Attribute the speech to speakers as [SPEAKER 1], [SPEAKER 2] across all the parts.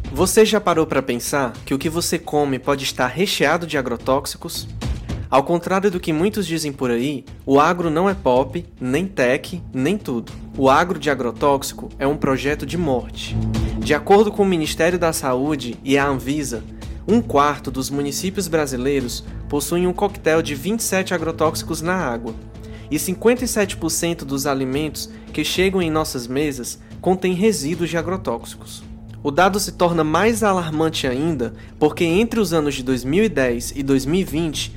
[SPEAKER 1] Você já parou para pensar que o que você come pode estar recheado de agrotóxicos? Ao contrário do que muitos dizem por aí, o agro não é pop, nem tech, nem tudo. O agro de agrotóxico é um projeto de morte. De acordo com o Ministério da Saúde e a Anvisa, 1/4 dos municípios brasileiros possuem um coquetel de 27 agrotóxicos na água. E 57% dos alimentos que chegam em nossas mesas contêm resíduos de agrotóxicos. O dado se torna mais alarmante ainda porque entre os anos de 2010 e 2020,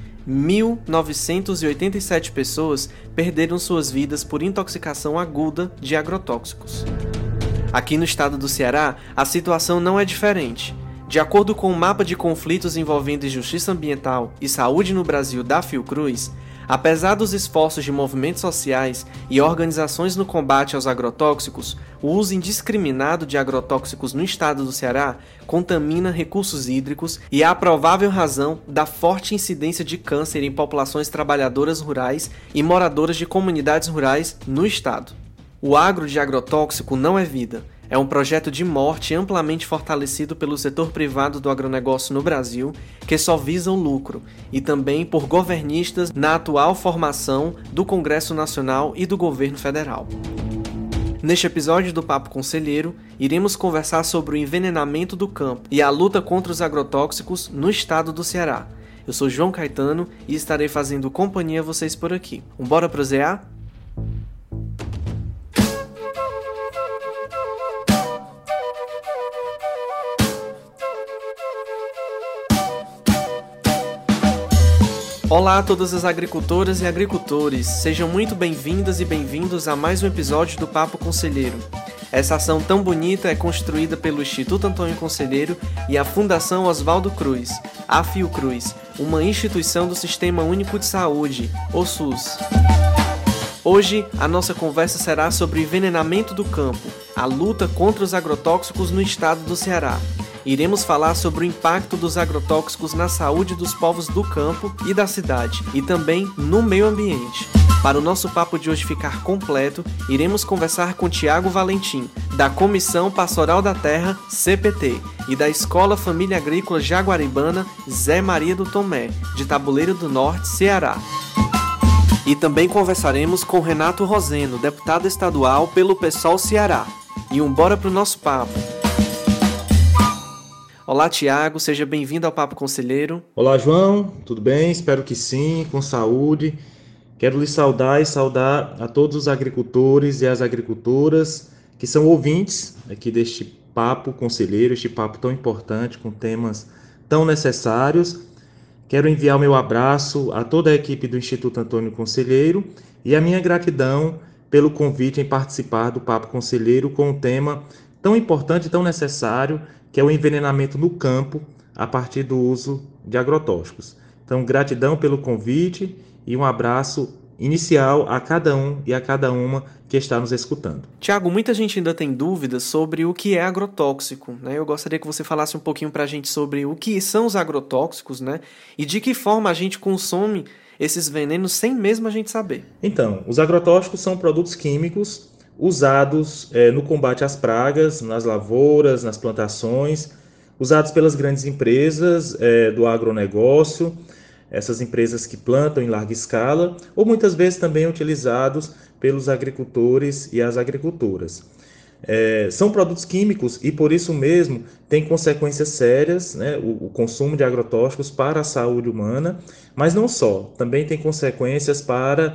[SPEAKER 1] 1.987 pessoas perderam suas vidas por intoxicação aguda de agrotóxicos. Aqui no estado do Ceará, a situação não é diferente. De acordo com o mapa de conflitos envolvendo justiça ambiental e saúde no Brasil da Fiocruz, apesar dos esforços de movimentos sociais e organizações no combate aos agrotóxicos, o uso indiscriminado de agrotóxicos no estado do Ceará contamina recursos hídricos e é a provável razão da forte incidência de câncer em populações trabalhadoras rurais e moradoras de comunidades rurais no estado. O agro de agrotóxico não é vida. É um projeto de morte amplamente fortalecido pelo setor privado do agronegócio no Brasil, que só visa o lucro, e também por governistas na atual formação do Congresso Nacional e do Governo Federal. Neste episódio do Papo Conselheiro, iremos conversar sobre o envenenamento do campo e a luta contra os agrotóxicos no estado do Ceará. Eu sou João Caetano e estarei fazendo companhia a vocês por aqui. Bora prosear? Olá a todas as agricultoras e agricultores, sejam muito bem-vindas e bem-vindos a mais um episódio do Papo Conselheiro. Essa ação tão bonita é construída pelo Instituto Antônio Conselheiro e a Fundação Oswaldo Cruz, a Fiocruz, uma instituição do Sistema Único de Saúde, o SUS. Hoje, a nossa conversa será sobre o envenenamento do campo, a luta contra os agrotóxicos no estado do Ceará. Iremos falar sobre o impacto dos agrotóxicos na saúde dos povos do campo e da cidade, e também no meio ambiente. Para o nosso papo de hoje ficar completo, iremos conversar com Tiago Valentim, da Comissão Pastoral da Terra, CPT, e da Escola Família Agrícola Jaguaribana Zé Maria do Tomé, de Tabuleiro do Norte, Ceará. E também conversaremos com Renato Roseno, deputado estadual pelo PSOL Ceará. E bora pro nosso papo. Olá, Tiago, seja bem-vindo ao Papo Conselheiro.
[SPEAKER 2] Olá, João, tudo bem? Espero que sim, com saúde. Quero lhe saudar e saudar a todos os agricultores e as agricultoras que são ouvintes aqui deste Papo Conselheiro, este papo tão importante, com temas tão necessários. Quero enviar o meu abraço a toda a equipe do Instituto Antônio Conselheiro e a minha gratidão pelo convite em participar do Papo Conselheiro com um tema tão importante e tão necessário, que é o envenenamento no campo a partir do uso de agrotóxicos. Então, gratidão pelo convite e um abraço inicial a cada um e a cada uma que está nos escutando.
[SPEAKER 1] Tiago, muita gente ainda tem dúvidas sobre o que é agrotóxico, né? Eu gostaria que você falasse um pouquinho para a gente sobre o que são os agrotóxicos, né? E de que forma a gente consome esses venenos sem mesmo a gente saber.
[SPEAKER 2] Então, os agrotóxicos são produtos químicos usados no combate às pragas, nas lavouras, nas plantações, usados pelas grandes empresas do agronegócio, essas empresas que plantam em larga escala, ou muitas vezes também utilizados pelos agricultores e as agricultoras. São produtos químicos e por isso mesmo tem consequências sérias, né, o consumo de agrotóxicos para a saúde humana, mas não só, também tem consequências para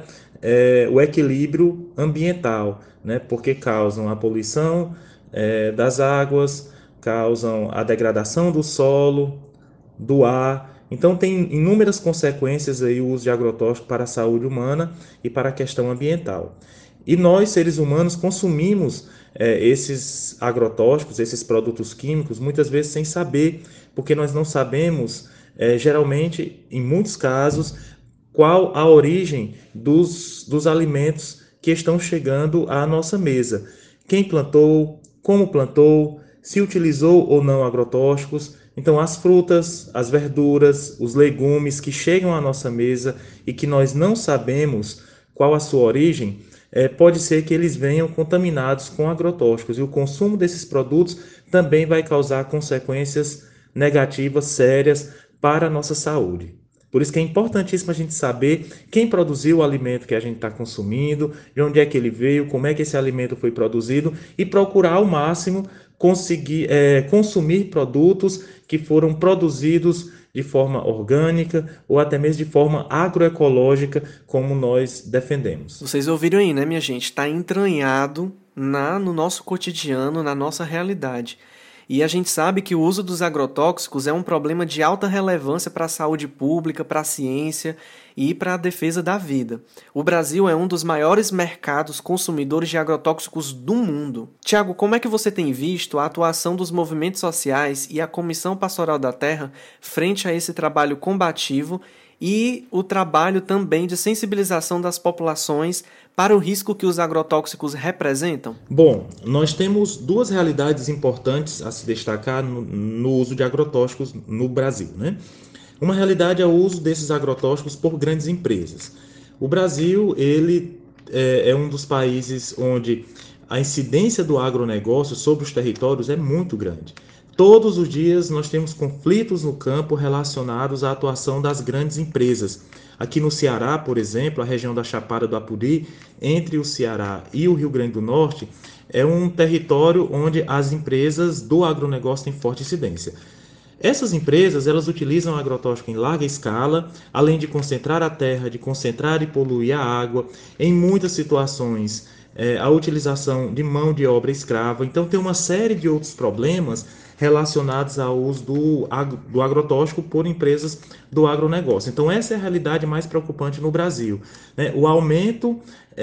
[SPEAKER 2] o equilíbrio ambiental, né, porque causam a poluição das águas, causam a degradação do solo, do ar. Então tem inúmeras consequências aí o uso de agrotóxico para a saúde humana e para a questão ambiental. E nós, seres humanos, consumimos esses agrotóxicos, esses produtos químicos, muitas vezes sem saber, porque nós não sabemos, geralmente, em muitos casos, qual a origem dos alimentos que estão chegando à nossa mesa. Quem plantou, como plantou, se utilizou ou não agrotóxicos. Então, as frutas, as verduras, os legumes que chegam à nossa mesa e que nós não sabemos qual a sua origem, pode ser que eles venham contaminados com agrotóxicos, e o consumo desses produtos também vai causar consequências negativas sérias para a nossa saúde. Por isso que é importantíssimo a gente saber quem produziu o alimento que a gente está consumindo, de onde é que ele veio, como é que esse alimento foi produzido, e procurar ao máximo conseguir consumir produtos que foram produzidos de forma orgânica ou até mesmo de forma agroecológica, como nós defendemos.
[SPEAKER 1] Vocês ouviram aí, né, minha gente? Está entranhado no nosso cotidiano, na nossa realidade. E a gente sabe que o uso dos agrotóxicos é um problema de alta relevância para a saúde pública, para a ciência e para a defesa da vida. O Brasil é um dos maiores mercados consumidores de agrotóxicos do mundo. Tiago, como é que você tem visto a atuação dos movimentos sociais e a Comissão Pastoral da Terra frente a esse trabalho combativo e o trabalho também de sensibilização das populações para o risco que os agrotóxicos representam?
[SPEAKER 2] Bom, nós temos duas realidades importantes a se destacar no uso de agrotóxicos no Brasil, né? Uma realidade é o uso desses agrotóxicos por grandes empresas. O Brasil, ele é um dos países onde a incidência do agronegócio sobre os territórios é muito grande. Todos os dias nós temos conflitos no campo relacionados à atuação das grandes empresas. Aqui no Ceará, por exemplo, a região da Chapada do Apuri, entre o Ceará e o Rio Grande do Norte, é um território onde as empresas do agronegócio têm forte incidência. Essas empresas, elas utilizam agrotóxico em larga escala, além de concentrar a terra, de concentrar e poluir a água. Em muitas situações, a utilização de mão de obra escrava. Então, tem uma série de outros problemas relacionados ao uso do agrotóxico por empresas do agronegócio. Então, essa é a realidade mais preocupante no Brasil, né? O aumento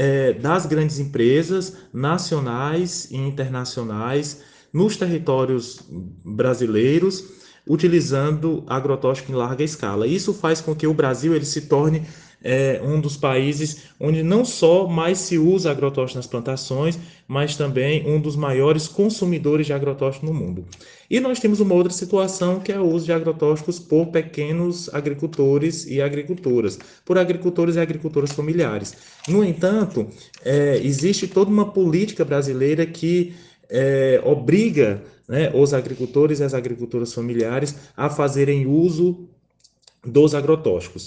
[SPEAKER 2] das grandes empresas nacionais e internacionais nos territórios brasileiros, utilizando agrotóxico em larga escala. Isso faz com que o Brasil ele se torne um dos países onde não só mais se usa agrotóxico nas plantações, mas também um dos maiores consumidores de agrotóxico no mundo. E nós temos uma outra situação, que é o uso de agrotóxicos por pequenos agricultores e agricultoras, por agricultores e agricultoras familiares. No entanto, existe toda uma política brasileira que obriga, né, os agricultores e as agricultoras familiares a fazerem uso dos agrotóxicos.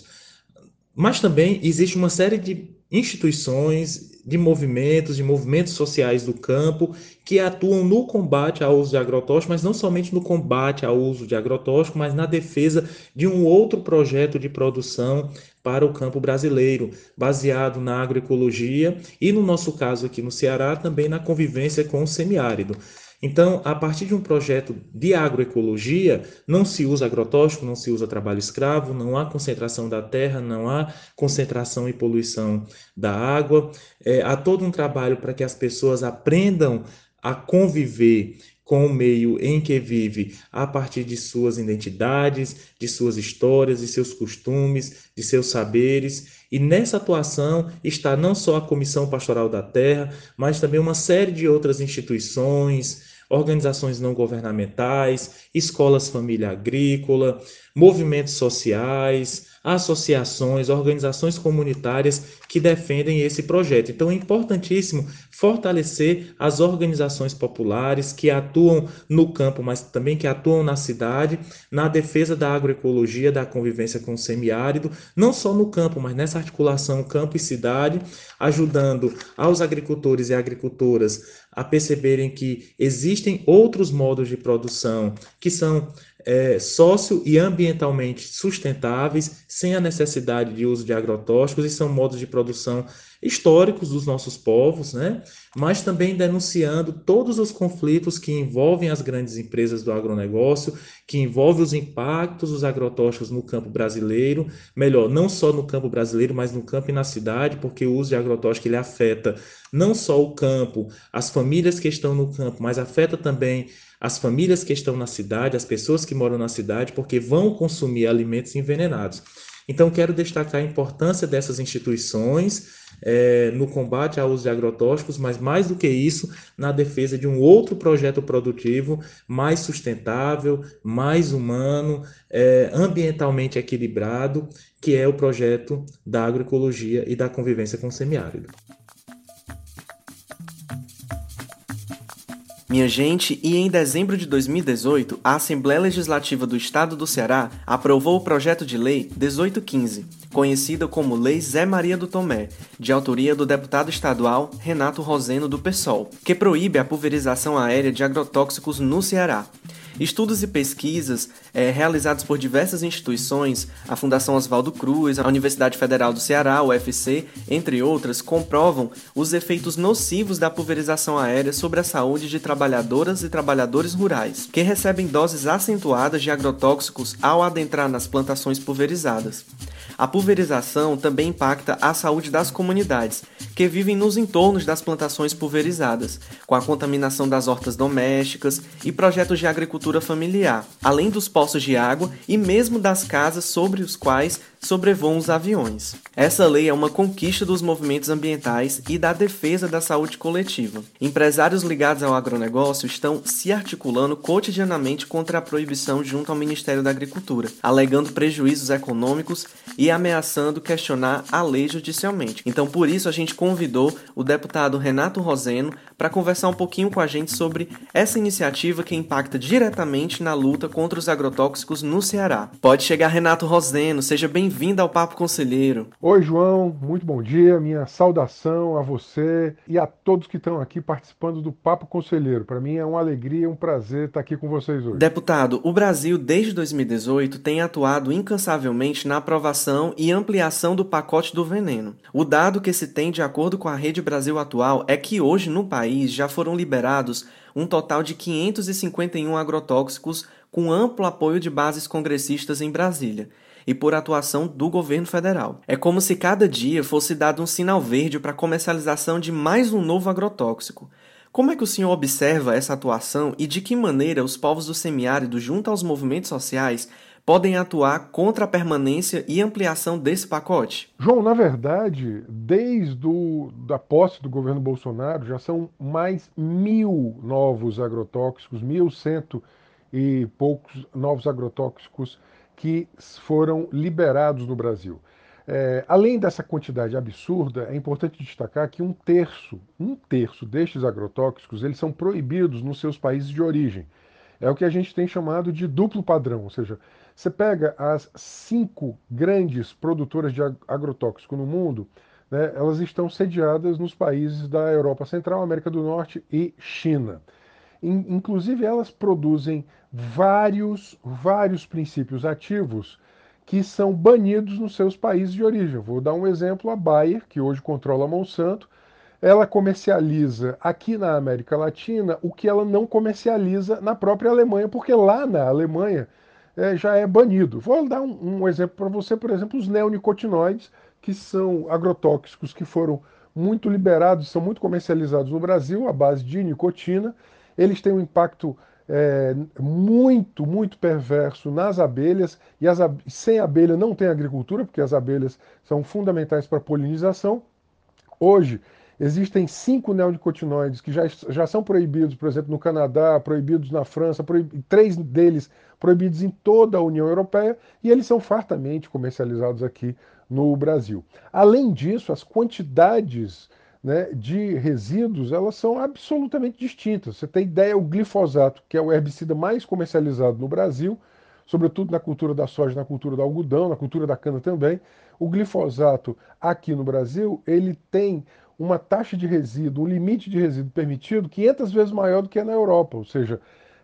[SPEAKER 2] Mas também existe uma série de instituições, de movimentos sociais do campo que atuam no combate ao uso de agrotóxico, mas não somente no combate ao uso de agrotóxico, mas na defesa de um outro projeto de produção para o campo brasileiro, baseado na agroecologia e, no nosso caso aqui no Ceará, também na convivência com o semiárido. Então, a partir de um projeto de agroecologia, não se usa agrotóxico, não se usa trabalho escravo, não há concentração da terra, não há concentração e poluição da água. Há todo um trabalho para que as pessoas aprendam a conviver com o meio em que vive a partir de suas identidades, de suas histórias, de seus costumes, de seus saberes. E nessa atuação está não só a Comissão Pastoral da Terra, mas também uma série de outras instituições, organizações não governamentais, escolas família agrícola, movimentos sociais, associações, organizações comunitárias que defendem esse projeto. Então é importantíssimo fortalecer as organizações populares que atuam no campo, mas também que atuam na cidade, na defesa da agroecologia, da convivência com o semiárido, não só no campo, mas nessa articulação campo e cidade, ajudando aos agricultores e agricultoras a perceberem que existem outros modos de produção que são sócio e ambientalmente sustentáveis, sem a necessidade de uso de agrotóxicos, e são modos de produção históricos dos nossos povos, né? Mas também denunciando todos os conflitos que envolvem as grandes empresas do agronegócio, que envolvem os impactos dos agrotóxicos no campo brasileiro, melhor, não só no campo brasileiro, mas no campo e na cidade, porque o uso de agrotóxico ele afeta não só o campo, as famílias que estão no campo, mas afeta também as famílias que estão na cidade, as pessoas que moram na cidade, porque vão consumir alimentos envenenados. Então, quero destacar a importância dessas instituições no combate ao uso de agrotóxicos, mas mais do que isso, na defesa de um outro projeto produtivo mais sustentável, mais humano, ambientalmente equilibrado, que é o projeto da agroecologia e da convivência com o semiárido.
[SPEAKER 1] Minha gente, e em dezembro de 2018, a Assembleia Legislativa do Estado do Ceará aprovou o projeto de lei 1815, conhecida como Lei Zé Maria do Tomé, de autoria do deputado estadual Renato Roseno do PSOL, que proíbe a pulverização aérea de agrotóxicos no Ceará. Estudos e pesquisas realizados por diversas instituições, a Fundação Oswaldo Cruz, a Universidade Federal do Ceará, UFC, entre outras, comprovam os efeitos nocivos da pulverização aérea sobre a saúde de trabalhadoras e trabalhadores rurais, que recebem doses acentuadas de agrotóxicos ao adentrar nas plantações pulverizadas. A pulverização também impacta a saúde das comunidades, que vivem nos entornos das plantações pulverizadas, com a contaminação das hortas domésticas e projetos de agricultura familiar, além dos poços de água e mesmo das casas sobre os quais sobrevoam os aviões. Essa lei é uma conquista dos movimentos ambientais e da defesa da saúde coletiva. Empresários ligados ao agronegócio estão se articulando cotidianamente contra a proibição junto ao Ministério da Agricultura, alegando prejuízos econômicos e ameaçando questionar a lei judicialmente. Então, por isso, a gente convidou o deputado Renato Roseno para conversar um pouquinho com a gente sobre essa iniciativa que impacta diretamente na luta contra os agrotóxicos no Ceará. Pode chegar, Renato Roseno, seja bem-vindo ao Papo Conselheiro.
[SPEAKER 3] Oi, João, muito bom dia. Minha saudação a você e a todos que estão aqui participando do Papo Conselheiro. Para mim é uma alegria, um prazer estar aqui com vocês hoje.
[SPEAKER 1] Deputado, o Brasil, desde 2018, tem atuado incansavelmente na aprovação e ampliação do pacote do veneno. O dado que se tem de acordo com a Rede Brasil Atual é que hoje no país já foram liberados um total de 551 agrotóxicos com amplo apoio de bases congressistas em Brasília e por atuação do governo federal. É como se cada dia fosse dado um sinal verde para a comercialização de mais um novo agrotóxico. Como é que o senhor observa essa atuação e de que maneira os povos do semiárido, junto aos movimentos sociais, podem atuar contra a permanência e ampliação desse pacote?
[SPEAKER 3] João, na verdade, desde a posse do governo Bolsonaro, já são mais 1.000 novos agrotóxicos, 1.100 e poucos novos agrotóxicos que foram liberados no Brasil. Além dessa quantidade absurda, é importante destacar que um terço destes agrotóxicos eles são proibidos nos seus países de origem. É o que a gente tem chamado de duplo padrão, ou seja, você pega as 5 grandes produtoras de agrotóxico no mundo, né, elas estão sediadas nos países da Europa Central, América do Norte e China. Inclusive, elas produzem vários princípios ativos que são banidos nos seus países de origem. Vou dar um exemplo, a Bayer, que hoje controla a Monsanto, ela comercializa aqui na América Latina o que ela não comercializa na própria Alemanha, porque lá na Alemanha já é banido. Vou dar um exemplo para você, por exemplo, os neonicotinoides, que são agrotóxicos que foram muito liberados, são muito comercializados no Brasil, à base de nicotina. Eles têm um impacto muito perverso nas abelhas, e sem abelha não tem agricultura, porque as abelhas são fundamentais para a polinização. Hoje, existem 5 neonicotinoides que já são proibidos, por exemplo, no Canadá, proibidos na França, 3 deles proibidos em toda a União Europeia, e eles são fartamente comercializados aqui no Brasil. Além disso, as quantidades, né, de resíduos, elas são absolutamente distintas. Você tem ideia, o glifosato, que é o herbicida mais comercializado no Brasil, sobretudo na cultura da soja, na cultura do algodão, na cultura da cana também. O glifosato aqui no Brasil, ele tem uma taxa de resíduo, um limite de resíduo permitido 500 vezes maior do que na Europa, ou seja,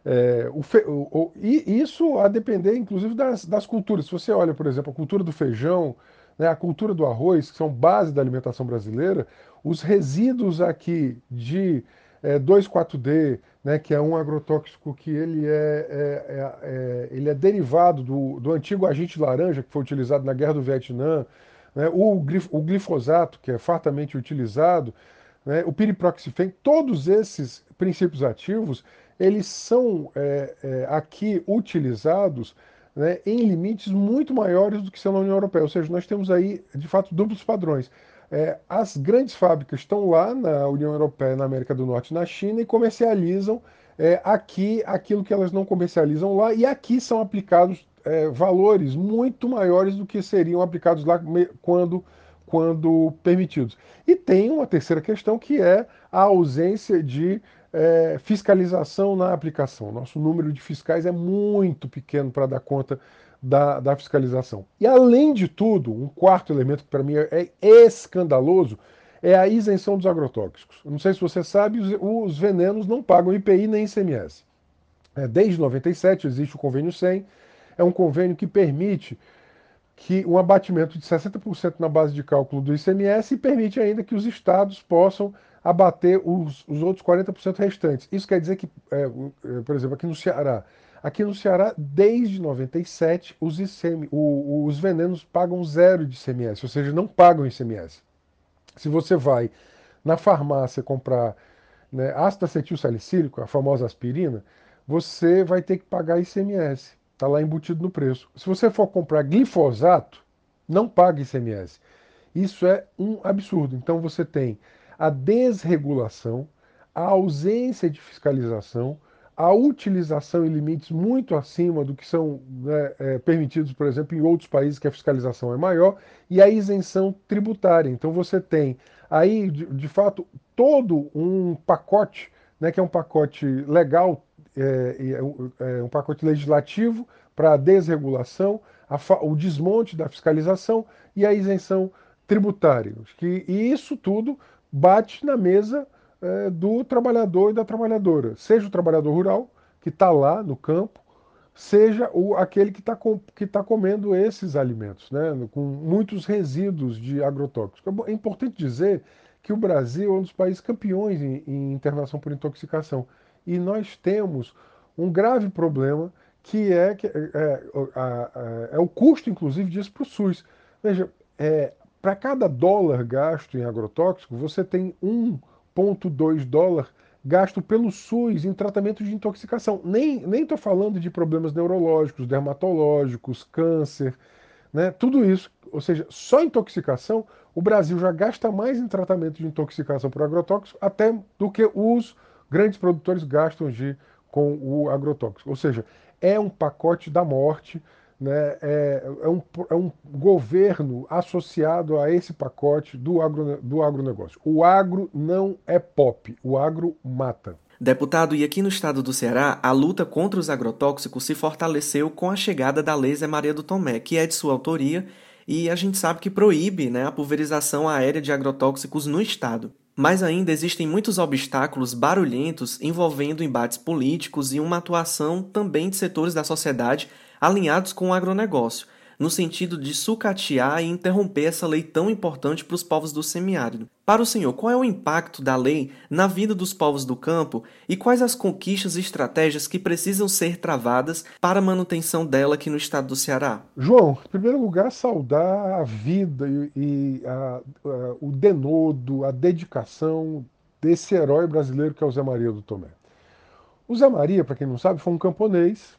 [SPEAKER 3] e isso a depender, inclusive, das culturas. Se você olha, por exemplo, a cultura do feijão, né, a cultura do arroz, que são base da alimentação brasileira, os resíduos aqui de 2,4-D, né, que é um agrotóxico que ele é derivado do antigo agente laranja, que foi utilizado na Guerra do Vietnã, né, o glifosato, que é fartamente utilizado, né, o piriproxifeno, todos esses princípios ativos, eles são aqui utilizados, né, em limites muito maiores do que são na União Europeia. Ou seja, nós temos aí, de fato, duplos padrões. As grandes fábricas estão lá na União Europeia, na América do Norte e na China e comercializam aqui aquilo que elas não comercializam lá, e aqui são aplicados valores muito maiores do que seriam aplicados lá quando permitidos. E tem uma terceira questão, que é a ausência de fiscalização na aplicação. Nosso número de fiscais é muito pequeno para dar conta da fiscalização. E, além de tudo, um quarto elemento que para mim é escandaloso é a isenção dos agrotóxicos. Eu não sei se você sabe, os venenos não pagam IPI nem ICMS. Desde 97 existe o convênio 100, é um convênio que permite que um abatimento de 60% na base de cálculo do ICMS e permite ainda que os estados possam abater os outros 40% restantes. Isso quer dizer que, por exemplo, aqui no Ceará, desde 97, os venenos pagam zero de ICMS, ou seja, não pagam ICMS. Se você vai na farmácia comprar, né, ácido acetil salicílico, a famosa aspirina, você vai ter que pagar ICMS. Está lá embutido no preço. Se você for comprar glifosato, não paga ICMS. Isso é um absurdo. Então você tem a desregulação, a ausência de fiscalização, a utilização em limites muito acima do que são, né, permitidos, por exemplo, em outros países que a fiscalização é maior, e a isenção tributária. Então você tem aí, de fato, todo um pacote, né, que é um pacote legal, um pacote legislativo para a desregulação, o desmonte da fiscalização e a isenção tributária. E isso tudo bate na mesa do trabalhador e da trabalhadora, seja o trabalhador rural, que está lá no campo, seja aquele que tá comendo esses alimentos, né, com muitos resíduos de agrotóxicos. É importante dizer que o Brasil é um dos países campeões em internação por intoxicação. E nós temos um grave problema que é o custo, inclusive, disso para o SUS. Veja, para cada dólar gasto em agrotóxico, você tem 1,2 dólar gasto pelo SUS em tratamento de intoxicação. Nem estou falando de problemas neurológicos, dermatológicos, câncer, né? Tudo isso, ou seja, só intoxicação, o Brasil já gasta mais em tratamento de intoxicação por agrotóxico até do que os grandes produtores gastam com o agrotóxico. Ou seja, é um pacote da morte, né? É um governo associado a esse pacote do agronegócio. O agro não é pop, o agro mata.
[SPEAKER 1] Deputado, e aqui no estado do Ceará, a luta contra os agrotóxicos se fortaleceu com a chegada da Lei Zé Maria do Tomé, que é de sua autoria, e a gente sabe que proíbe, né, a pulverização aérea de agrotóxicos no estado. Mas ainda existem muitos obstáculos barulhentos envolvendo embates políticos e uma atuação também de setores da sociedade alinhados com o agronegócio, no sentido de sucatear e interromper essa lei tão importante para os povos do semiárido. Para o senhor, qual é o impacto da lei na vida dos povos do campo e quais as conquistas e estratégias que precisam ser travadas para a manutenção dela aqui no estado do Ceará?
[SPEAKER 3] João, em primeiro lugar, saudar a vida o denodo, a dedicação desse herói brasileiro que é o Zé Maria do Tomé. O Zé Maria, para quem não sabe, foi um camponês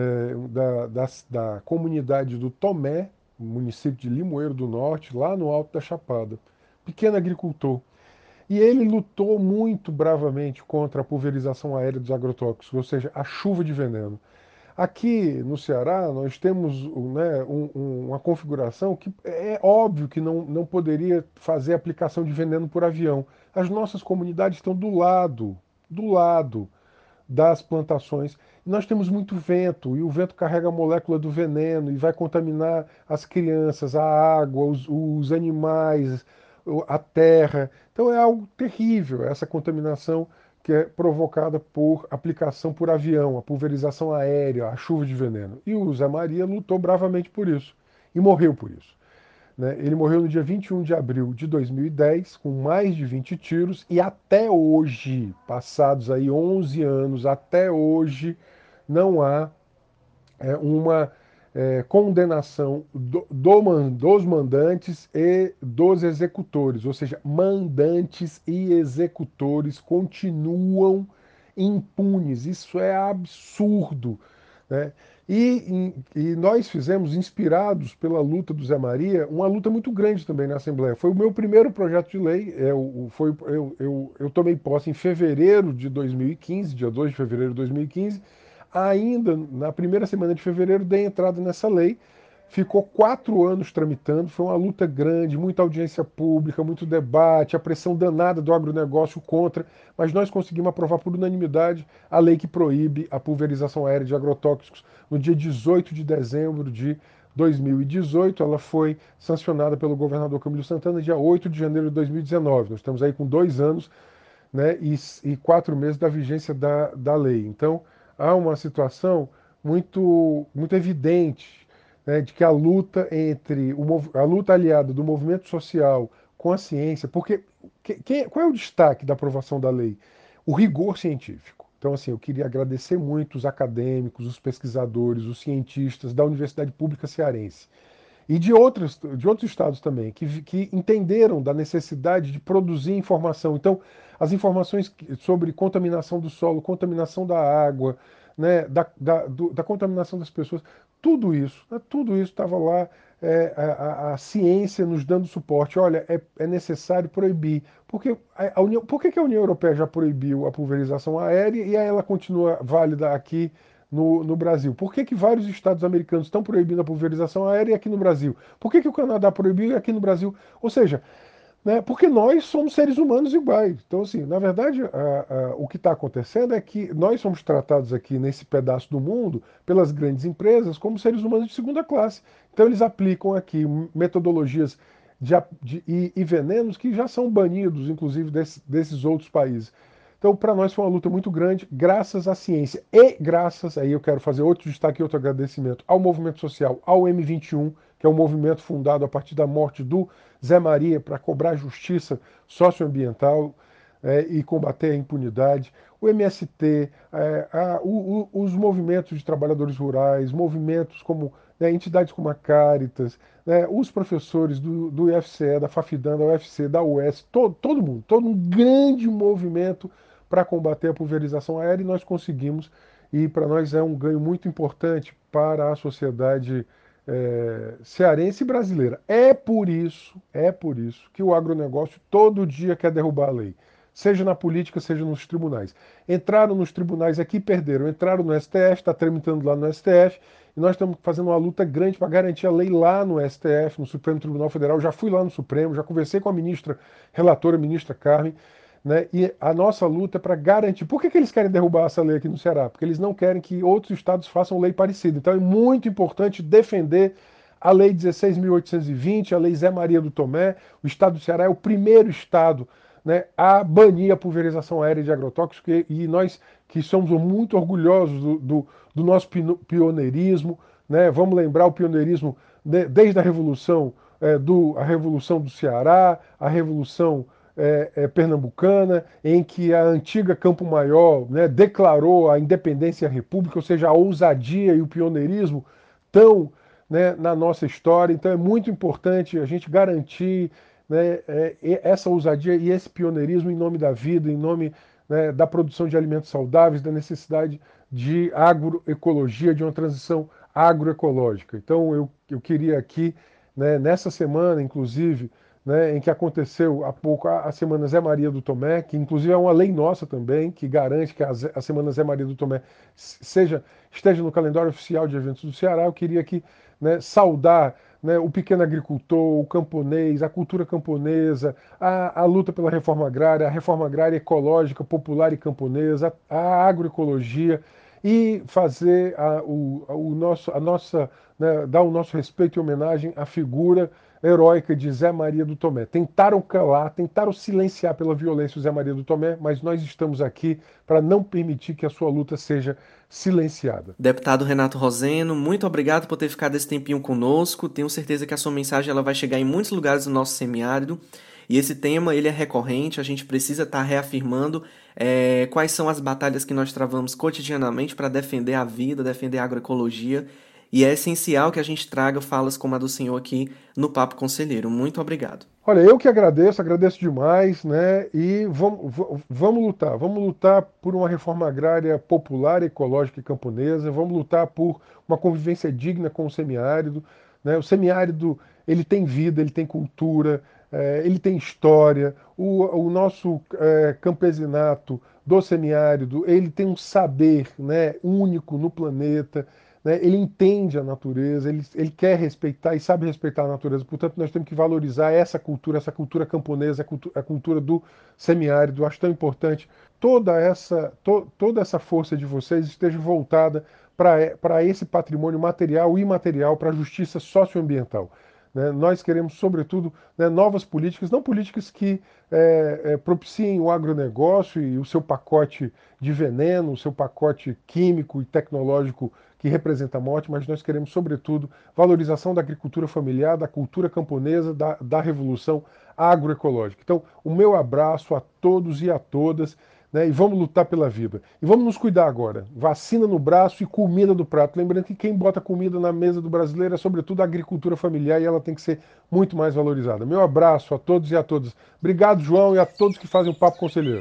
[SPEAKER 3] da comunidade do Tomé, município de Limoeiro do Norte, lá no Alto da Chapada. Pequeno agricultor. E ele lutou muito bravamente contra a pulverização aérea dos agrotóxicos, ou seja, a chuva de veneno. Aqui no Ceará, nós temos, né, uma configuração que é óbvio que não poderia fazer aplicação de veneno por avião. As nossas comunidades estão do lado das plantações. E nós temos muito vento, e o vento carrega a molécula do veneno e vai contaminar as crianças, a água, os animais, a terra. Então é algo terrível essa contaminação que é provocada por aplicação por avião, a pulverização aérea, a chuva de veneno. E o Zé Maria lutou bravamente por isso e morreu por isso. Né? Ele morreu no dia 21 de abril de 2010, com mais de 20 tiros, e até hoje, passados aí 11 anos, até hoje, não há uma condenação dos mandantes e dos executores, ou seja, mandantes e executores continuam impunes. Isso é absurdo, né? E nós fizemos, inspirados pela luta do Zé Maria, uma luta muito grande também na Assembleia. Foi o meu primeiro projeto de lei, eu tomei posse em fevereiro de 2015, dia 2 de fevereiro de 2015, ainda na primeira semana de fevereiro dei entrada nessa lei, ficou 4 anos tramitando, foi uma luta grande, muita audiência pública, muito debate, a pressão danada do agronegócio contra, mas nós conseguimos aprovar por unanimidade a lei que proíbe a pulverização aérea de agrotóxicos no dia 18 de dezembro de 2018. Ela foi sancionada pelo governador Camilo Santana dia 8 de janeiro de 2019. Nós estamos aí com 2 anos, né, e 4 meses da vigência da lei. Então, há uma situação muito evidente, né, de que a luta entre a luta aliada do movimento social com a ciência, porque qual é o destaque da aprovação da lei? O rigor científico. Então, assim, eu queria agradecer muito os acadêmicos, os pesquisadores, os cientistas da Universidade Pública Cearense e de outros estados também, que entenderam da necessidade de produzir informação. Então, as informações sobre contaminação do solo, contaminação da água, né, da contaminação das pessoas, tudo isso estava lá, a ciência nos dando suporte. Olha, é necessário proibir. Porque por que a União Europeia já proibiu a pulverização aérea e ela continua válida aqui no Brasil? Por que vários estados americanos estão proibindo a pulverização aérea aqui no Brasil? Por que o Canadá proibiu e aqui no Brasil? Ou seja, né, porque nós somos seres humanos iguais. Então, assim, na verdade, o que está acontecendo é que nós somos tratados aqui nesse pedaço do mundo pelas grandes empresas como seres humanos de segunda classe. Então, eles aplicam aqui metodologias e venenos que já são banidos, inclusive, desses outros países. Então, para nós foi uma luta muito grande, graças à ciência e graças, aí eu quero fazer outro destaque e outro agradecimento ao movimento social, ao M21, que é um movimento fundado a partir da morte do Zé Maria para cobrar justiça socioambiental, e combater a impunidade, o MST, os movimentos de trabalhadores rurais, movimentos como, né, entidades como a Caritas, né, os professores do IFCE, da Fafidam, da UFC, da UES, todo mundo, todo um grande movimento para combater a pulverização aérea, e nós conseguimos, e para nós é um ganho muito importante para a sociedade cearense e brasileira. É por isso que o agronegócio todo dia quer derrubar a lei, seja na política, seja nos tribunais. Entraram nos tribunais aqui, perderam, entraram no STF, está tramitando lá no STF, e nós estamos fazendo uma luta grande para garantir a lei lá no STF, no Supremo Tribunal Federal. Já fui lá no Supremo, já conversei com a ministra relatora, ministra Carmen, né? E a nossa luta é para garantir. Por que eles querem derrubar essa lei aqui no Ceará? Porque eles não querem que outros estados façam lei parecida. Então é muito importante defender a Lei 16.820, a Lei Zé Maria do Tomé. O estado do Ceará é o primeiro estado, né, a banir a pulverização aérea de agrotóxicos, e nós que somos muito orgulhosos do nosso pioneirismo, né? Vamos lembrar o pioneirismo desde a Revolução, a Revolução do Ceará, a Revolução pernambucana, em que a antiga Campo Maior, né, declarou a independência e a república, ou seja, a ousadia e o pioneirismo estão, né, na nossa história. Então é muito importante a gente garantir, né, essa ousadia e esse pioneirismo em nome da vida, em nome, né, da produção de alimentos saudáveis, da necessidade de agroecologia, de uma transição agroecológica. Então eu queria aqui, né, nessa semana, inclusive, né, em que aconteceu há pouco a Semana Zé Maria do Tomé, que inclusive é uma lei nossa também, que garante que a Semana Zé Maria do Tomé esteja no calendário oficial de eventos do Ceará. Eu queria aqui, né, saudar, né, o pequeno agricultor, o camponês, a cultura camponesa, a luta pela a reforma agrária ecológica, popular e camponesa, a agroecologia, e fazer né, dar o nosso respeito e homenagem à figura heróica de Zé Maria do Tomé. Tentaram calar, tentaram silenciar pela violência o Zé Maria do Tomé, mas nós estamos aqui para não permitir que a sua luta seja silenciada.
[SPEAKER 1] Deputado Renato Roseno, muito obrigado por ter ficado esse tempinho conosco. Tenho certeza que a sua mensagem ela vai chegar em muitos lugares do nosso semiárido. E esse tema ele é recorrente, a gente precisa estar reafirmando quais são as batalhas que nós travamos cotidianamente para defender a vida, defender a agroecologia. E é essencial que a gente traga falas como a do senhor aqui no Papo Conselheiro. Muito obrigado.
[SPEAKER 3] Olha, eu que agradeço demais, né? E vamos lutar por uma reforma agrária popular, ecológica e camponesa, vamos lutar por uma convivência digna com o semiárido, né? O semiárido, ele tem vida, ele tem cultura, ele tem história. O nosso campesinato do semiárido, ele tem um saber, né, único no planeta. né? Ele entende a natureza, ele quer respeitar e sabe respeitar a natureza. Portanto, nós temos que valorizar essa cultura camponesa, a cultura do semiárido. Eu acho tão importante toda essa força de vocês esteja voltada para esse patrimônio material e imaterial, para a justiça socioambiental. Né? Nós queremos, sobretudo, né, novas políticas, não políticas que propiciem o agronegócio e o seu pacote de veneno, o seu pacote químico e tecnológico que representa a morte, mas nós queremos, sobretudo, valorização da agricultura familiar, da cultura camponesa, da revolução agroecológica. Então, o meu abraço a todos e a todas, né, e vamos lutar pela vida. E vamos nos cuidar agora. Vacina no braço e comida do prato. Lembrando que quem bota comida na mesa do brasileiro é, sobretudo, a agricultura familiar e ela tem que ser muito mais valorizada. Meu abraço a todos e a todas. Obrigado, João, e a todos que fazem o Papo Conselheiro.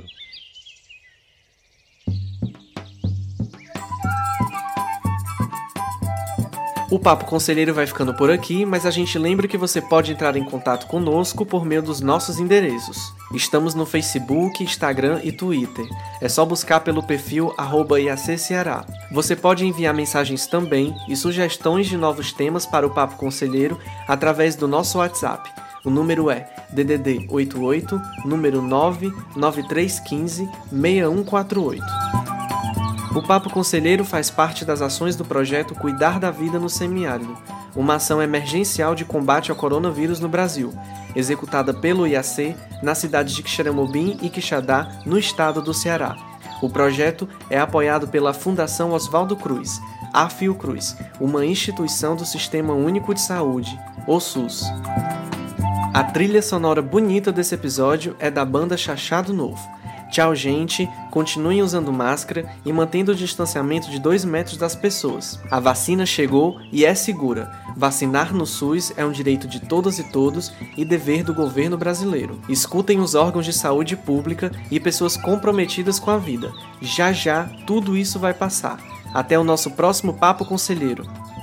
[SPEAKER 1] O Papo Conselheiro vai ficando por aqui, mas a gente lembra que você pode entrar em contato conosco por meio dos nossos endereços. Estamos no Facebook, Instagram e Twitter. É só buscar pelo perfil @IACCeará. Você pode enviar mensagens também e sugestões de novos temas para o Papo Conselheiro através do nosso WhatsApp. O número é DDD 88, número 99315 6148. O Papo Conselheiro faz parte das ações do projeto Cuidar da Vida no Semiárido, uma ação emergencial de combate ao coronavírus no Brasil, executada pelo IAC nas cidades de Quixeramobim e Quixadá, no estado do Ceará. O projeto é apoiado pela Fundação Oswaldo Cruz, a Fiocruz, uma instituição do Sistema Único de Saúde, o SUS. A trilha sonora bonita desse episódio é da banda Chachado Novo. Tchau, gente, continuem usando máscara e mantendo o distanciamento de 2 metros das pessoas. A vacina chegou e é segura. Vacinar no SUS é um direito de todas e todos e dever do governo brasileiro. Escutem os órgãos de saúde pública e pessoas comprometidas com a vida. Já já, tudo isso vai passar. Até o nosso próximo Papo Conselheiro.